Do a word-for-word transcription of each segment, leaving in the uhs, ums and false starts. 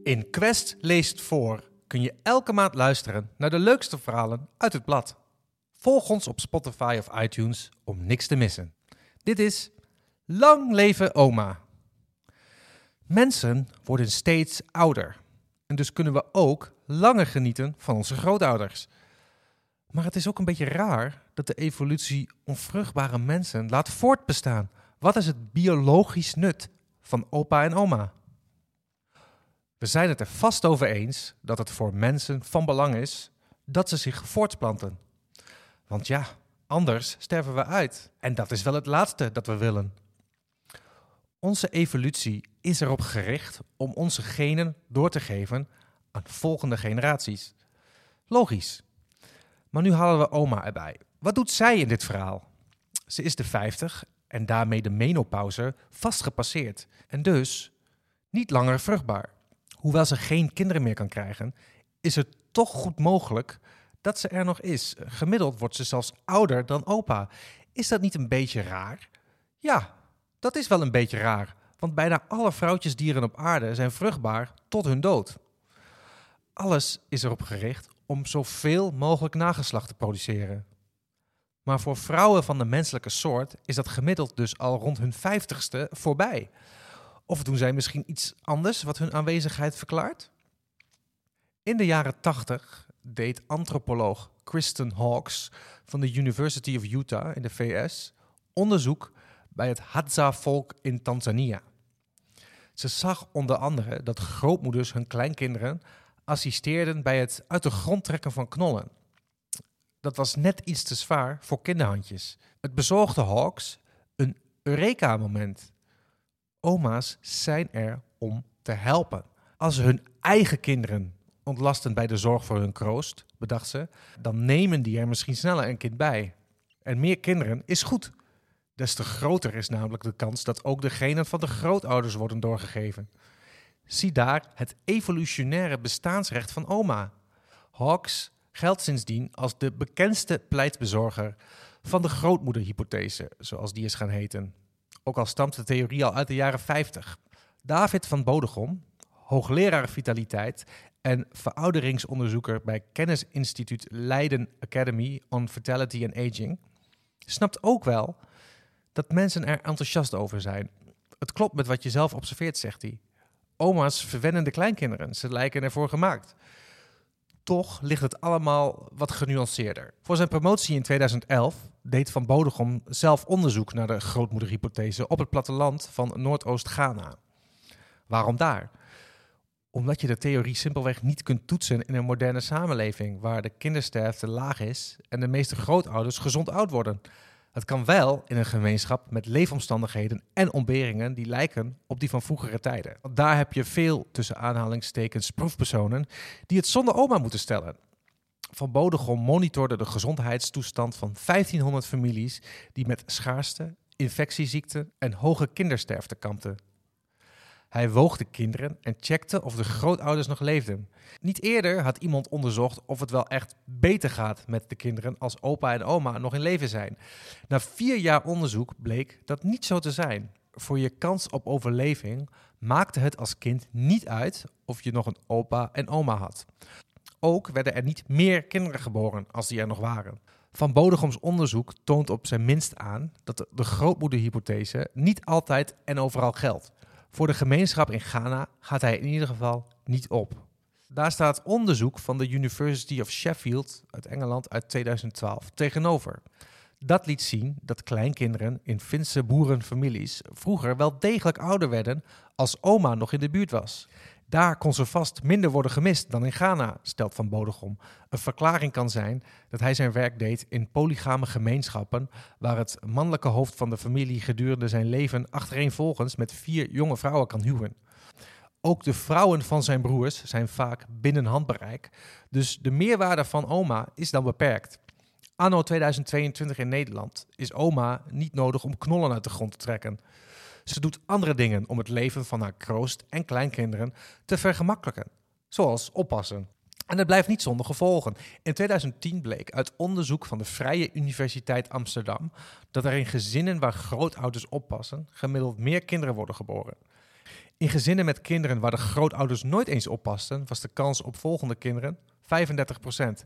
In Quest leest voor kun je elke maand luisteren naar de leukste verhalen uit het blad. Volg ons op Spotify of iTunes om niks te missen. Dit is Lang Leven Oma. Mensen worden steeds ouder en dus kunnen we ook langer genieten van onze grootouders. Maar het is ook een beetje raar dat de evolutie onvruchtbare mensen laat voortbestaan. Wat is het biologisch nut van opa en oma? We zijn het er vast over eens dat het voor mensen van belang is dat ze zich voortplanten. Want ja, anders sterven we uit. En dat is wel het laatste dat we willen. Onze evolutie is erop gericht om onze genen door te geven aan volgende generaties. Logisch. Maar nu halen we oma erbij. Wat doet zij in dit verhaal? Ze is de vijftig en daarmee de menopauze vast gepasseerd. En dus niet langer vruchtbaar. Hoewel ze geen kinderen meer kan krijgen, is het toch goed mogelijk dat ze er nog is. Gemiddeld wordt ze zelfs ouder dan opa. Is dat niet een beetje raar? Ja, dat is wel een beetje raar. Want bijna alle vrouwtjesdieren op aarde zijn vruchtbaar tot hun dood. Alles is erop gericht om zoveel mogelijk nageslacht te produceren. Maar voor vrouwen van de menselijke soort is dat gemiddeld dus al rond hun vijftigste voorbij. Of doen zij misschien iets anders wat hun aanwezigheid verklaart? In de jaren tachtig deed antropoloog Kristen Hawkes van de University of Utah in de V S onderzoek bij het Hadza-volk in Tanzania. Ze zag onder andere dat grootmoeders hun kleinkinderen assisteerden bij het uit de grond trekken van knollen. Dat was net iets te zwaar voor kinderhandjes. Het bezorgde Hawkes een Eureka-moment. Oma's zijn er om te helpen. Als ze hun eigen kinderen ontlasten bij de zorg voor hun kroost, bedacht ze, dan nemen die er misschien sneller een kind bij. En meer kinderen is goed. Des te groter is namelijk de kans dat ook de genen van de grootouders worden doorgegeven. Zie daar het evolutionaire bestaansrecht van oma. Hawkes geldt sindsdien als de bekendste pleitbezorger van de grootmoederhypothese, zoals die is gaan heten. Ook al stamt de theorie al uit de jaren vijftig. David van Bodegom, hoogleraar vitaliteit en verouderingsonderzoeker bij Kennisinstituut Leiden Academy on Fertility and Aging, snapt ook wel dat mensen er enthousiast over zijn. Het klopt met wat je zelf observeert, zegt hij. Oma's verwennen de kleinkinderen, ze lijken ervoor gemaakt. Toch ligt het allemaal wat genuanceerder. Voor zijn promotie in tweeduizend elf deed Van Bodegom zelf onderzoek naar de grootmoederhypothese op het platteland van Noordoost-Ghana. Waarom daar? Omdat je de theorie simpelweg niet kunt toetsen in een moderne samenleving waar de kindersterfte laag is en de meeste grootouders gezond oud worden. Het kan wel in een gemeenschap met leefomstandigheden en ontberingen die lijken op die van vroegere tijden. Want daar heb je veel, tussen aanhalingstekens, proefpersonen die het zonder oma moeten stellen. Van Bodegom monitorde de gezondheidstoestand van vijftienhonderd families die met schaarste, infectieziekten en hoge kindersterfte kampten. Hij woog de kinderen en checkte of de grootouders nog leefden. Niet eerder had iemand onderzocht of het wel echt beter gaat met de kinderen als opa en oma nog in leven zijn. Na vier jaar onderzoek bleek dat niet zo te zijn. Voor je kans op overleving maakte het als kind niet uit of je nog een opa en oma had. Ook werden er niet meer kinderen geboren als die er nog waren. Van Bodegoms onderzoek toont op zijn minst aan dat de, de grootmoederhypothese niet altijd en overal geldt. Voor de gemeenschap in Ghana gaat hij in ieder geval niet op. Daar staat onderzoek van de University of Sheffield uit Engeland uit tweeduizend twaalf tegenover. Dat liet zien dat kleinkinderen in Finse boerenfamilies vroeger wel degelijk ouder werden als oma nog in de buurt was. Daar kon ze vast minder worden gemist dan in Ghana, stelt Van Bodegom. Een verklaring kan zijn dat hij zijn werk deed in polygame gemeenschappen waar het mannelijke hoofd van de familie gedurende zijn leven achtereenvolgens met vier jonge vrouwen kan huwen. Ook de vrouwen van zijn broers zijn vaak binnen handbereik, dus de meerwaarde van oma is dan beperkt. Anno tweeduizend tweeëntwintig in Nederland is oma niet nodig om knollen uit de grond te trekken. Ze doet andere dingen om het leven van haar kroost en kleinkinderen te vergemakkelijken, zoals oppassen. En het blijft niet zonder gevolgen. In tweeduizend tien bleek uit onderzoek van de Vrije Universiteit Amsterdam dat er in gezinnen waar grootouders oppassen gemiddeld meer kinderen worden geboren. In gezinnen met kinderen waar de grootouders nooit eens oppasten, was de kans op volgende kinderen vijfendertig procent.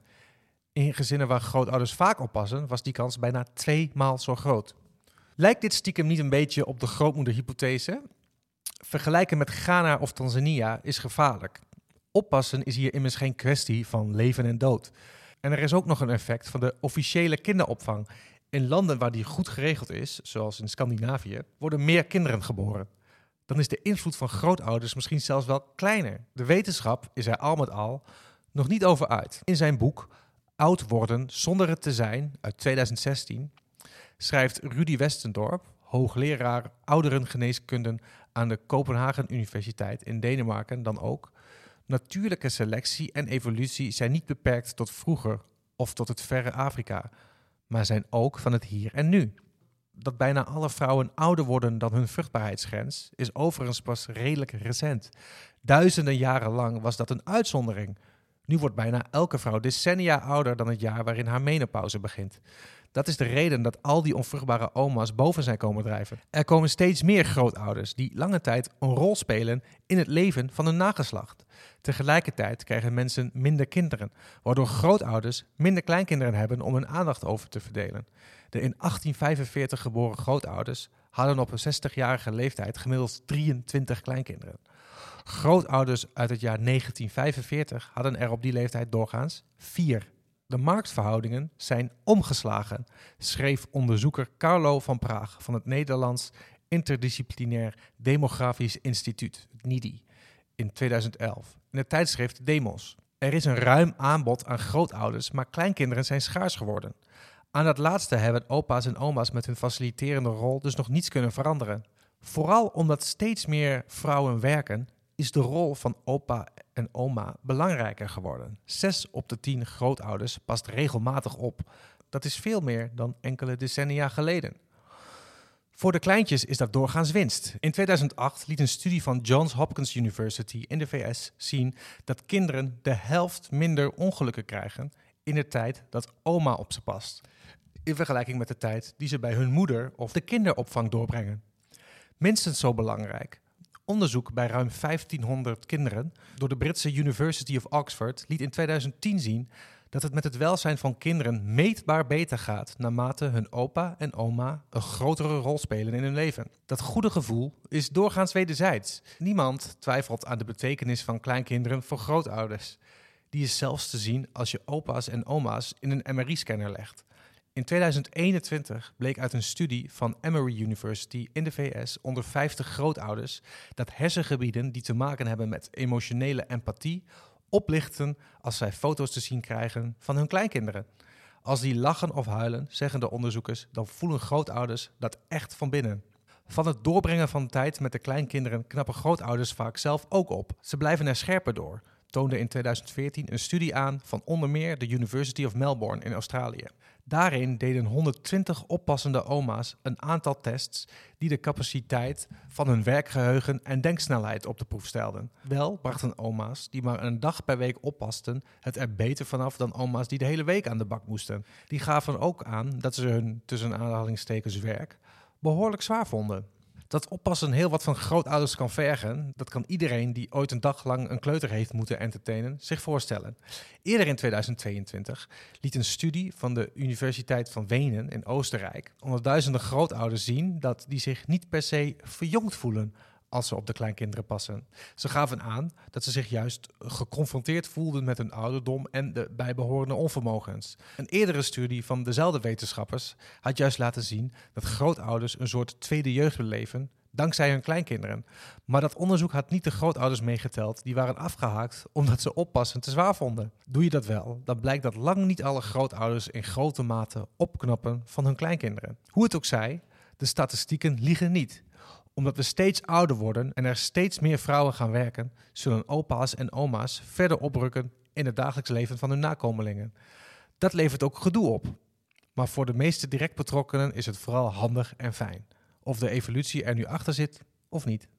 In gezinnen waar grootouders vaak oppassen, was die kans bijna twee maal zo groot. Lijkt dit stiekem niet een beetje op de grootmoederhypothese? Vergelijken met Ghana of Tanzania is gevaarlijk. Oppassen is hier immers geen kwestie van leven en dood. En er is ook nog een effect van de officiële kinderopvang. In landen waar die goed geregeld is, zoals in Scandinavië, worden meer kinderen geboren. Dan is de invloed van grootouders misschien zelfs wel kleiner. De wetenschap is er al met al nog niet over uit. In zijn boek Oud worden zonder het te zijn uit tweeduizend zestien schrijft Rudy Westendorp, hoogleraar ouderengeneeskunde aan de Kopenhagen Universiteit in Denemarken, dan ook: natuurlijke selectie en evolutie zijn niet beperkt tot vroeger of tot het verre Afrika, maar zijn ook van het hier en nu. Dat bijna alle vrouwen ouder worden dan hun vruchtbaarheidsgrens is overigens pas redelijk recent. Duizenden jaren lang was dat een uitzondering. Nu wordt bijna elke vrouw decennia ouder dan het jaar waarin haar menopauze begint. Dat is de reden dat al die onvruchtbare oma's boven zijn komen drijven. Er komen steeds meer grootouders die lange tijd een rol spelen in het leven van hun nageslacht. Tegelijkertijd krijgen mensen minder kinderen, waardoor grootouders minder kleinkinderen hebben om hun aandacht over te verdelen. De in achttien vijfenveertig geboren grootouders hadden op een zestigjarige leeftijd gemiddeld drieëntwintig kleinkinderen. Grootouders uit het jaar negentien vijfenveertig hadden er op die leeftijd doorgaans vier. De marktverhoudingen zijn omgeslagen, schreef onderzoeker Carlo van Praag van het Nederlands Interdisciplinair Demografisch Instituut, N I D I, in tweeduizend elf, in het tijdschrift Demos. Er is een ruim aanbod aan grootouders, maar kleinkinderen zijn schaars geworden. Aan dat laatste hebben opa's en oma's met hun faciliterende rol dus nog niets kunnen veranderen. Vooral omdat steeds meer vrouwen werken, is de rol van opa en oma belangrijker geworden. Zes op de tien grootouders past regelmatig op. Dat is veel meer dan enkele decennia geleden. Voor de kleintjes is dat doorgaans winst. In tweeduizend acht liet een studie van Johns Hopkins University in de V S zien dat kinderen de helft minder ongelukken krijgen in de tijd dat oma op ze past, in vergelijking met de tijd die ze bij hun moeder of de kinderopvang doorbrengen. Minstens zo belangrijk. Onderzoek bij ruim vijftienhonderd kinderen door de Britse University of Oxford liet in tweeduizend tien zien dat het met het welzijn van kinderen meetbaar beter gaat naarmate hun opa en oma een grotere rol spelen in hun leven. Dat goede gevoel is doorgaans wederzijds. Niemand twijfelt aan de betekenis van kleinkinderen voor grootouders. Die is zelfs te zien als je opa's en oma's in een M R I-scanner legt. In tweeduizend eenentwintig bleek uit een studie van Emory University in de V S onder vijftig grootouders dat hersengebieden die te maken hebben met emotionele empathie oplichten als zij foto's te zien krijgen van hun kleinkinderen. Als die lachen of huilen, zeggen de onderzoekers, dan voelen grootouders dat echt van binnen. Van het doorbrengen van tijd met de kleinkinderen knappen grootouders vaak zelf ook op. Ze blijven er scherper door, toonde in tweeduizend veertien een studie aan van onder meer de University of Melbourne in Australië. Daarin deden honderdtwintig oppassende oma's een aantal tests die de capaciteit van hun werkgeheugen en denksnelheid op de proef stelden. Wel brachten oma's die maar een dag per week oppasten het er beter vanaf dan oma's die de hele week aan de bak moesten. Die gaven ook aan dat ze hun, tussen aanhalingstekens, werk behoorlijk zwaar vonden. Dat oppassen heel wat van grootouders kan vergen, dat kan iedereen die ooit een dag lang een kleuter heeft moeten entertainen zich voorstellen. Eerder in tweeduizend tweeëntwintig liet een studie van de Universiteit van Wenen in Oostenrijk onder duizenden grootouders zien dat die zich niet per se verjongd voelen als ze op de kleinkinderen passen. Ze gaven aan dat ze zich juist geconfronteerd voelden met hun ouderdom en de bijbehorende onvermogens. Een eerdere studie van dezelfde wetenschappers had juist laten zien dat grootouders een soort tweede jeugd beleven dankzij hun kleinkinderen. Maar dat onderzoek had niet de grootouders meegeteld, die waren afgehaakt omdat ze oppassen te zwaar vonden. Doe je dat wel, dan blijkt dat lang niet alle grootouders in grote mate opknappen van hun kleinkinderen. Hoe het ook zij, de statistieken liegen niet. Omdat we steeds ouder worden en er steeds meer vrouwen gaan werken, zullen opa's en oma's verder oprukken in het dagelijks leven van hun nakomelingen. Dat levert ook gedoe op. Maar voor de meeste direct betrokkenen is het vooral handig en fijn. Of de evolutie er nu achter zit of niet.